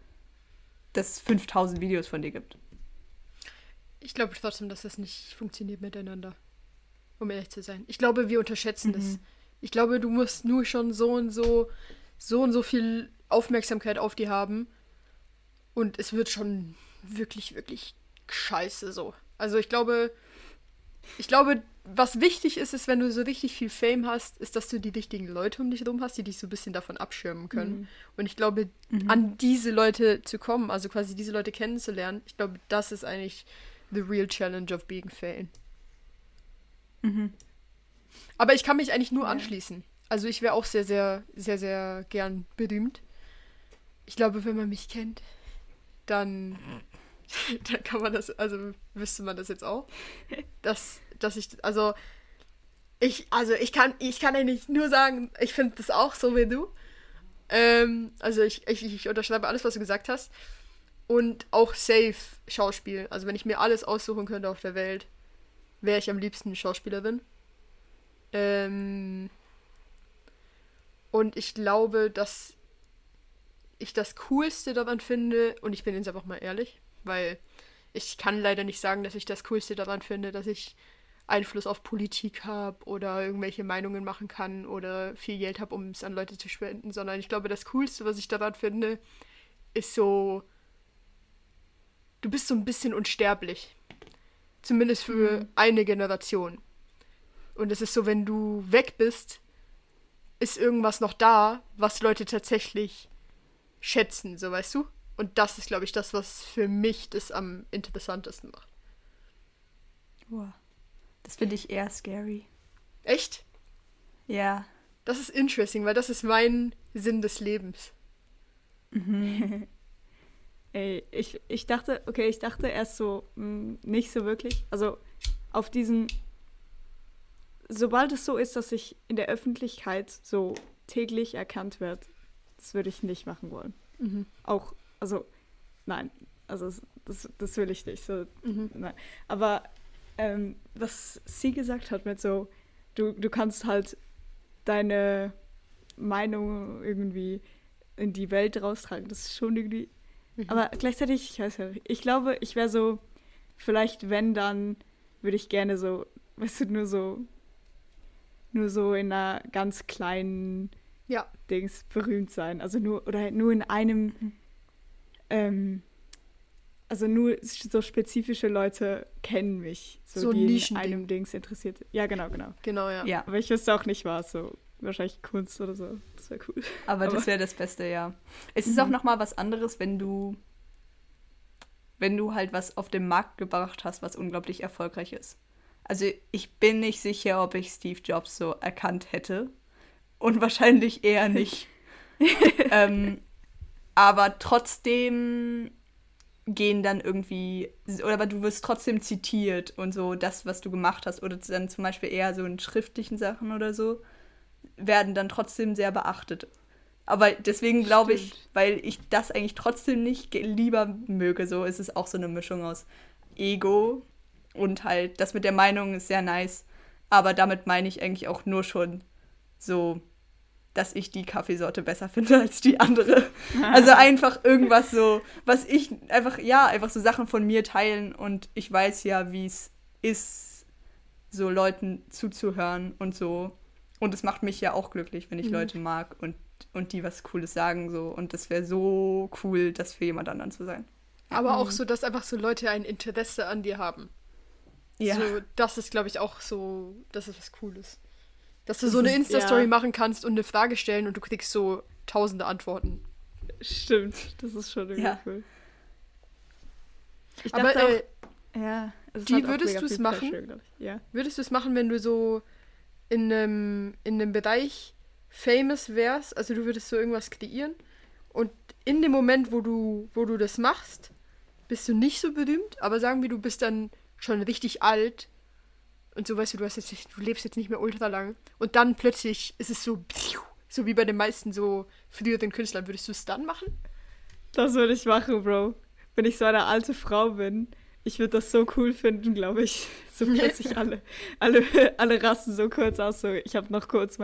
es 5000 Videos von dir gibt. Ich glaube trotzdem, dass das nicht funktioniert miteinander. Um ehrlich zu sein. Ich glaube, wir unterschätzen das. Ich glaube, du musst nur schon so und so viel Aufmerksamkeit auf die haben. Und es wird schon wirklich, wirklich scheiße so. Also ich glaube, was wichtig ist, wenn du so richtig viel Fame hast, ist, dass du die richtigen Leute um dich herum hast, die dich so ein bisschen davon abschirmen können. Und ich glaube, an diese Leute zu kommen, also quasi diese Leute kennenzulernen, ich glaube, das ist eigentlich the real challenge of being fame. Aber ich kann mich eigentlich nur anschließen. Also ich wäre auch sehr, sehr, sehr, sehr gern berühmt. Ich glaube, wenn man mich kennt, dann kann man das, also wüsste man das jetzt auch, dass ich kann eigentlich nur sagen, ich finde das auch so wie du. Also ich unterschreibe alles, was du gesagt hast. Und auch safe Schauspiel. Also wenn ich mir alles aussuchen könnte auf der Welt, wäre ich am liebsten Schauspielerin. Und ich glaube, dass ich das Coolste daran finde, und ich bin jetzt einfach mal ehrlich, weil ich kann leider nicht sagen, dass ich das Coolste daran finde, dass ich Einfluss auf Politik habe oder irgendwelche Meinungen machen kann oder viel Geld habe, um es an Leute zu spenden, sondern ich glaube, das Coolste, was ich daran finde, ist so, du bist so ein bisschen unsterblich. Zumindest für eine Generation. Und es ist so, wenn du weg bist, ist irgendwas noch da, was Leute tatsächlich schätzen, so weißt du? Und das ist, glaube ich, das, was für mich das am interessantesten macht. Wow. Das finde ich eher scary. Echt? Ja. Das ist interesting, weil das ist mein Sinn des Lebens. Ey, ich dachte erst so, nicht so wirklich. Also auf diesen, sobald es so ist, dass ich in der Öffentlichkeit so täglich erkannt werde, das würde ich nicht machen wollen. Auch, also, nein, also das will ich nicht. So, nein. Aber was sie gesagt hat mit so, du kannst halt deine Meinung irgendwie in die Welt raustragen, das ist schon irgendwie, aber gleichzeitig, ich weiß ja nicht, ich glaube, ich wäre so, vielleicht wenn, dann würde ich gerne so, weißt du, nur so in einer ganz kleinen Dings berühmt sein, also nur in einem, also nur so spezifische Leute kennen mich, so die Nischending. in einem Dings interessiert sind. Ja, genau. Genau, ja. Aber ich wüsste auch nicht, was, so wahrscheinlich Kunst oder so, das wäre cool. Aber das wäre das Beste, ja. Es ist auch nochmal was anderes, wenn du halt was auf den Markt gebracht hast, was unglaublich erfolgreich ist. Also ich bin nicht sicher, ob ich Steve Jobs so erkannt hätte. Und wahrscheinlich eher nicht. Aber trotzdem gehen dann irgendwie, aber du wirst trotzdem zitiert und so, das, was du gemacht hast, oder dann zum Beispiel eher so in schriftlichen Sachen oder so, werden dann trotzdem sehr beachtet. Aber deswegen glaube ich, weil ich das eigentlich trotzdem nicht lieber möge, so ist es auch so eine Mischung aus Ego und halt, das mit der Meinung ist sehr nice, aber damit meine ich eigentlich auch nur schon so, dass ich die Kaffeesorte besser finde als die andere. Also einfach irgendwas so, was ich einfach so Sachen von mir teilen und ich weiß ja, wie es ist, so Leuten zuzuhören und so. Und es macht mich ja auch glücklich, wenn ich Leute mag und die was Cooles sagen so. Und das wäre so cool, das für jemand anderen zu sein. Aber auch so, dass einfach so Leute ein Interesse an dir haben. Ja. So, das ist, glaube ich, auch so, das ist was Cooles. Dass du so eine Insta-Story machen kannst und eine Frage stellen und du kriegst so 1000 Antworten. Stimmt, das ist schon irgendwie cool. Ich aber dachte auch, wie würdest du es machen? Würdest du es machen, wenn du so in einem Bereich famous wärst? Also du würdest so irgendwas kreieren und in dem Moment, wo du das machst, bist du nicht so berühmt, aber sagen wir, du bist dann schon richtig alt und so, weißt du, du lebst jetzt nicht mehr ultra lang und dann plötzlich ist es so wie bei den meisten so früheren Künstlern. Würdest du es dann machen? Das würde ich machen, Bro. Wenn ich so eine alte Frau bin, ich würde das so cool finden, glaube ich. So plötzlich alle rasten so kurz aus. So, ich habe noch kurz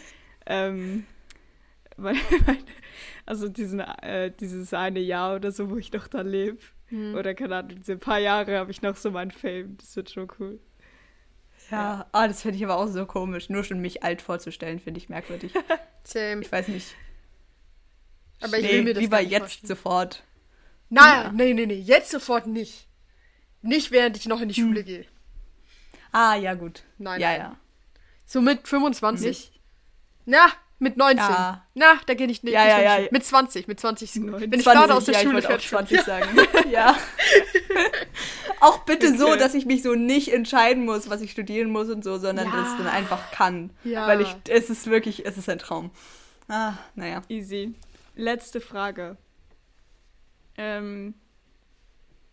also dieses eine Jahr oder so, wo ich noch da lebe. Oder keine Ahnung, diese paar Jahre habe ich noch so mein Fame. Das wird schon cool. Ja, das finde ich aber auch so komisch. Nur schon mich alt vorzustellen, finde ich merkwürdig. Same. Ich weiß nicht. Aber ich will mir das lieber gar nicht jetzt vorstellen. sofort. Nee, jetzt sofort nicht. Nicht, während ich noch in die Schule gehe. Ah, ja, gut. Nein. Ja. So mit 25. Na, mit 19. Ja. Na, da gehe ich nicht. Ja. Mit 20 ist gut. Wenn ich 20, gerade aus der ja, Schule ich wollte auch fertig 20 sagen. Ja. Auch bitte so, dass ich mich so nicht entscheiden muss, was ich studieren muss und so, sondern das dann einfach kann. Ja. Weil es ist ein Traum. Naja. Easy. Letzte Frage.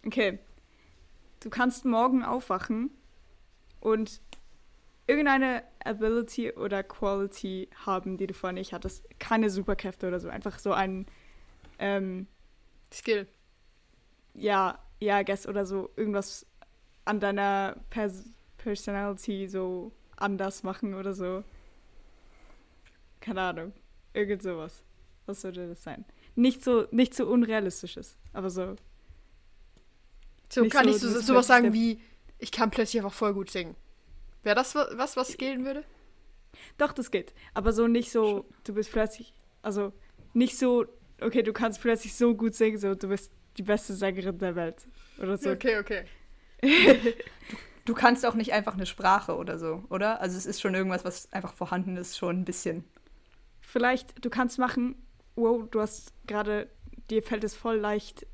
Okay. Du kannst morgen aufwachen und irgendeine Ability oder Quality haben, die du vorher nicht hattest. Keine Superkräfte oder so. Einfach so ein, Skill. ja, I guess, oder so irgendwas an deiner Personality so anders machen oder so. Keine Ahnung. Irgend sowas. Was würde das sein? Nicht so unrealistisches, aber so. So Nicht kann so, ich du bist sowas sagen plötzlich wie, ich kann plötzlich einfach voll gut singen. Wäre das was gehen würde? Doch, das geht. Aber so nicht so, du bist plötzlich, also nicht so, okay, du kannst plötzlich so gut singen, so du bist die beste Sängerin der Welt. Oder so. Okay. Du kannst auch nicht einfach eine Sprache oder so, oder? Also es ist schon irgendwas, was einfach vorhanden ist, schon ein bisschen. Vielleicht, du kannst machen, wow, du hast gerade, dir fällt es voll leicht,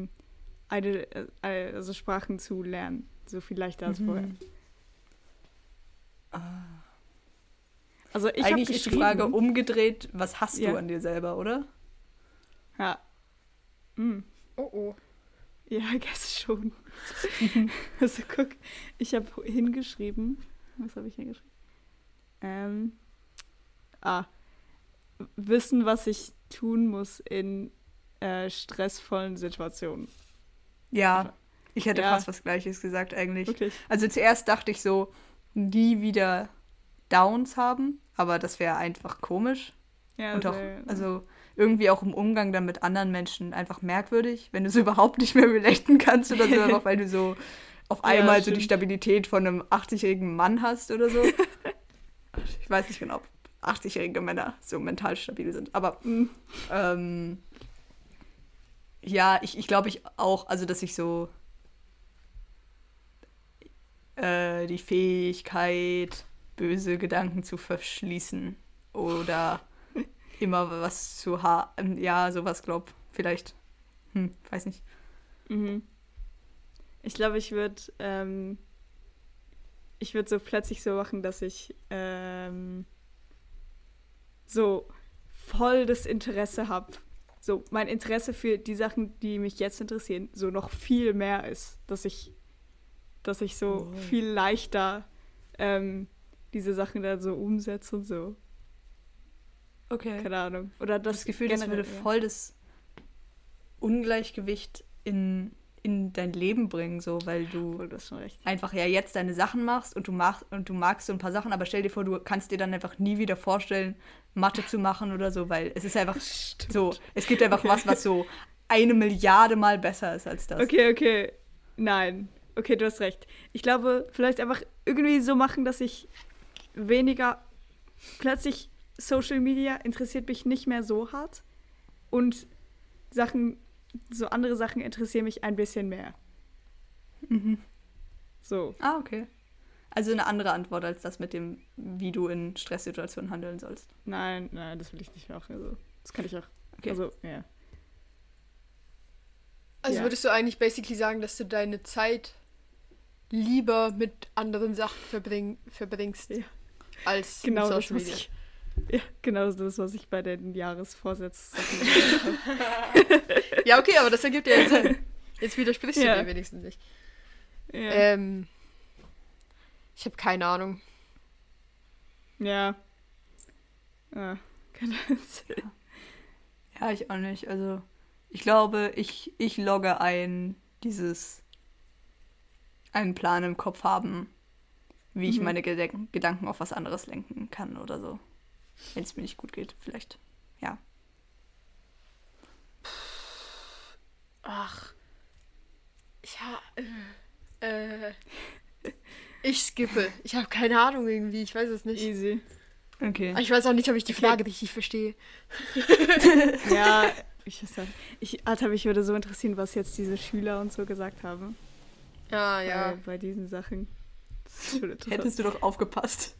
also Sprachen zu lernen. So viel leichter als vorher. Also ich habe Eigentlich ist die Frage umgedreht, was hast du an dir selber, oder? Ja. Mm. Oh. Ja, I guess schon. Also guck, ich habe hingeschrieben. Was habe ich hingeschrieben? Wissen, was ich tun muss in stressvollen Situationen. Ja, ich hätte Ja. fast was Gleiches gesagt eigentlich. Wirklich. Also zuerst dachte ich so, nie wieder Downs haben, aber das wäre einfach komisch. Ja, Und auch, sehr- also irgendwie auch im Umgang dann mit anderen Menschen einfach merkwürdig, wenn du so überhaupt nicht mehr relaten kannst oder so, einfach weil du so auf einmal so die stimmt. Stabilität von einem 80-jährigen Mann hast oder so. Ich weiß nicht genau, ob 80-jährige Männer so mental stabil sind, aber ja, ich glaube ich auch, also dass ich so die Fähigkeit, böse Gedanken zu verschließen oder immer was zu haben, ja, sowas glaub, vielleicht, weiß nicht. Mhm. Ich glaube, ich würde so plötzlich so machen, dass ich so voll das Interesse habe. So mein Interesse für die Sachen, die mich jetzt interessieren, so noch viel mehr ist. Dass ich so viel leichter diese Sachen dann so umsetze und so. Okay. Keine Ahnung. Oder Das Gefühl, das generell, würde ja. voll das Ungleichgewicht in dein Leben bringen, so, weil du Obwohl, du hast schon recht. einfach ja jetzt deine Sachen machst und du magst so ein paar Sachen, aber stell dir vor, du kannst dir dann einfach nie wieder vorstellen, Mathe zu machen oder so, weil es ist einfach so, es gibt einfach was so 1 Milliarde Mal besser ist als das. Okay. Nein. Okay, du hast recht. Ich glaube, vielleicht einfach irgendwie so machen, dass ich weniger plötzlich Social Media interessiert mich nicht mehr so hart und andere Sachen interessieren mich ein bisschen mehr. So. Ah, okay. Also eine andere Antwort als das mit dem, wie du in Stresssituationen handeln sollst. Nein, das will ich nicht machen. Also, das kann ich auch. Okay. Also, ja. Also Ja. würdest du eigentlich basically sagen, dass du deine Zeit lieber mit anderen Sachen verbringst, Ja. als Genau mit das, Social was Media? genau das, was ich bei den Jahresvorsätzen gesagt habe. Ja, okay, aber das ergibt ja Sinn. Jetzt widersprichst du Ja. dir wenigstens nicht. Ja. Ich habe keine Ahnung. Ja. Keine Ahnung. Ja, ich auch nicht. Also ich glaube, ich logge ein, einen Plan im Kopf haben, wie ich meine Gedanken auf was anderes lenken kann oder so. Wenn es mir nicht gut geht, vielleicht. Ja. Ach. Ich skippe. Ich habe keine Ahnung irgendwie. Ich weiß es nicht. Easy. Okay. Ich weiß auch nicht, ob ich die Frage richtig verstehe. Ja, Alter, mich würde so interessieren, was jetzt diese Schüler und so gesagt haben. Ja, ja. Bei diesen Sachen. Das ist schon interessant. Hättest du doch aufgepasst.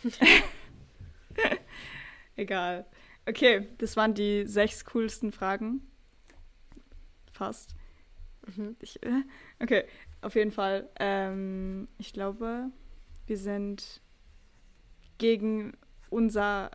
Egal. Okay, das waren die 6 coolsten Fragen. Fast. Okay, auf jeden Fall. Ich glaube, wir sind gegen unser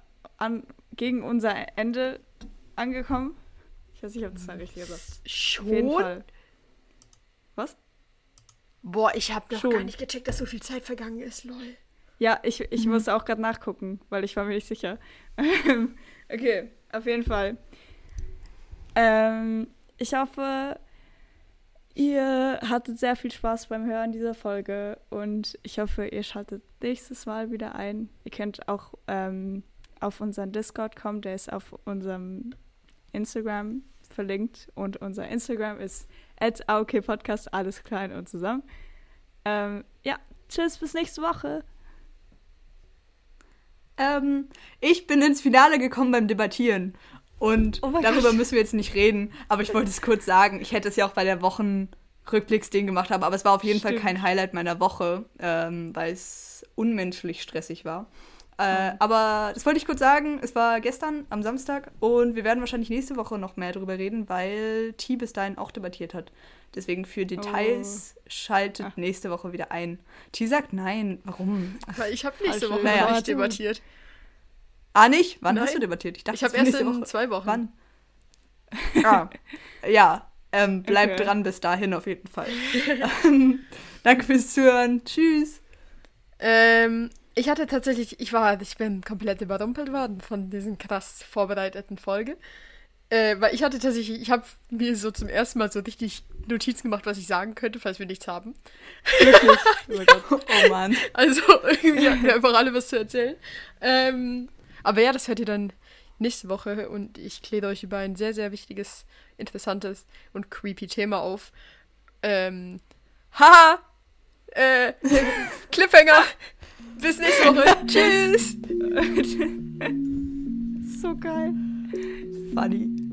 Ende angekommen. Ich weiß nicht, ob das ein richtiger Satz ist. Auf jeden Schon? Fall. Was? Boah, ich habe noch Schon. gar nicht gecheckt, dass so viel Zeit vergangen ist, lol. Ja, ich musste auch gerade nachgucken, weil ich war mir nicht sicher. Okay, auf jeden Fall. Ich hoffe, ihr hattet sehr viel Spaß beim Hören dieser Folge und ich hoffe, ihr schaltet nächstes Mal wieder ein. Ihr könnt auch auf unseren Discord kommen, der ist auf unserem Instagram verlinkt und unser Instagram ist @aokpodcast, alles klein und zusammen. Ja, tschüss, bis nächste Woche. Ich bin ins Finale gekommen beim Debattieren. Und darüber müssen wir jetzt nicht reden. Aber ich wollte es kurz sagen. Ich hätte es ja auch bei der Wochenrückblicksding gemacht haben. Aber es war auf jeden Fall kein Highlight meiner Woche, weil es unmenschlich stressig war. Aber das wollte ich kurz sagen. Es war gestern am Samstag. Und wir werden wahrscheinlich nächste Woche noch mehr drüber reden, weil T bis dahin auch debattiert hat. Deswegen für Details schaltet nächste Woche wieder ein. T sagt nein. Warum? Weil ich habe nächste Woche Naja. nicht debattiert. Ah, nicht? Wann Nein. hast du debattiert? Ich dachte, Ich habe das erst nächste in Woche. 2 Wochen. Wann? Ja, bleibt Okay. dran bis dahin auf jeden Fall. Danke fürs Zuhören. Tschüss. Ich hatte tatsächlich, ich bin komplett überrumpelt worden von diesen krass vorbereiteten Folge. Weil ich habe mir so zum ersten Mal so richtig Notizen gemacht, was ich sagen könnte, falls wir nichts haben. Wirklich. Oh mein Gott. Oh Mann. Also irgendwie hatten wir einfach alle was zu erzählen. Aber ja, das hört ihr dann nächste Woche und ich kläre euch über ein sehr, sehr wichtiges, interessantes und creepy Thema auf. Cliffhanger! Bis nächste Woche. Tschüss! So geil. Funny.